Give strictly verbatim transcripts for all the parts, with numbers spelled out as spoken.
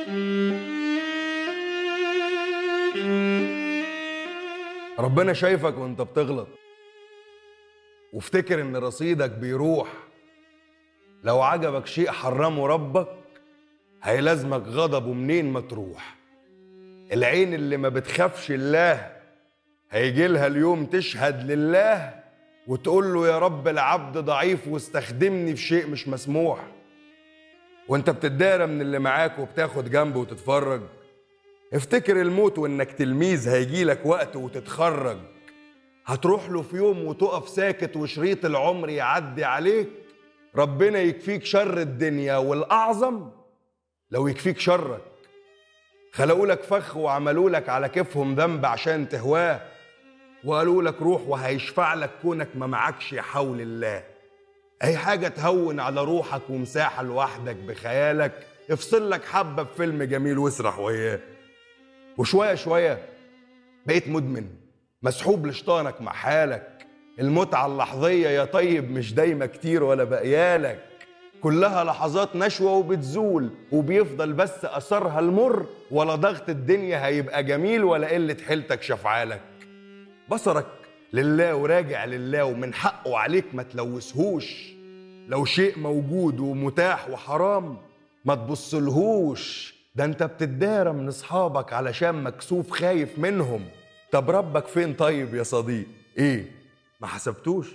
ربنا شايفك وانت بتغلط، وافتكر ان رصيدك بيروح. لو عجبك شيء حرمه ربك هيلازمك غضبه منين ما تروح. العين اللي ما بتخافش الله هيجيلها اليوم تشهد لله وتقول له يا رب العبد ضعيف واستخدمني في شيء مش مسموح. وانت بتتدارى من اللي معاك وبتاخد جنبه وتتفرج، افتكر الموت وانك تلميذ هيجيلك وقت وتتخرج. هتروح له في يوم وتقف ساكت وشريط العمر يعدي عليك. ربنا يكفيك شر الدنيا والأعظم لو يكفيك شرك. خلقوا لك فخ وعملوا لك على كيفهم ذنب عشان تهواه، وقالوا لك روح وهيشفع لك كونك ما معكش حول الله. اي حاجة تهون على روحك ومساحة لوحدك بخيالك، افصل لك حبة بفيلم جميل واسرح وياه. وشوية شوية بقيت مدمن مسحوب لشطانك مع حالك. المتعة اللحظية يا طيب مش دايما كتير ولا بقيالك، كلها لحظات نشوة وبتزول وبيفضل بس أثرها المر. ولا ضغط الدنيا هيبقى جميل ولا قلة حيلتك شفعالك. بصرك لله وراجع لله ومن حقه عليك ما تلوثهوش. لو شيء موجود ومتاح وحرام ما تبصلهوش. ده انت بتتدارى من اصحابك علشان مكسوف خايف منهم. طب ربك فين طيب يا صديق؟ ايه ما حسبتوش؟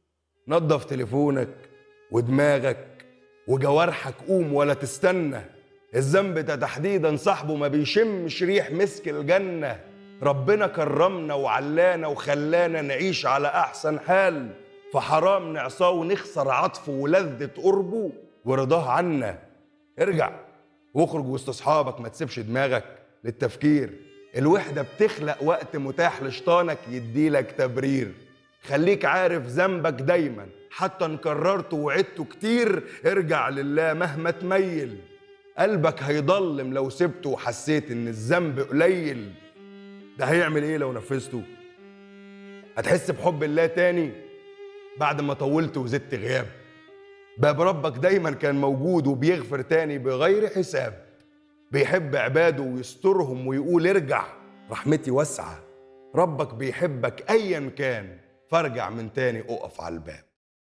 نظف تليفونك ودماغك وجوارحك، قوم ولا تستنى. الذنب ده تحديدا صاحبه ما بيشمش ريح مسك الجنة. ربنا كرمنا وعلانا وخلانا نعيش على أحسن حال، فحرام نعصاه ونخسر عطفه ولذة قربه ورضاه عنا. ارجع واخرج وسط أصحابك، ما تسيبش دماغك للتفكير. الوحدة بتخلق وقت متاح لشطانك يديلك تبرير. خليك عارف ذنبك دايما حتى ان كررته وعدته كتير. ارجع لله مهما تميل، قلبك هيضلم لو سبته وحسيت ان الذنب قليل. ده هيعمل ايه لو نفذته؟ هتحس بحب الله تاني بعد ما طولت وزدت غياب. باب ربك دايما كان موجود وبيغفر تاني بغير حساب. بيحب عباده ويسترهم ويقول ارجع رحمتي واسعة. ربك بيحبك ايا كان، فارجع من تاني اقف على الباب.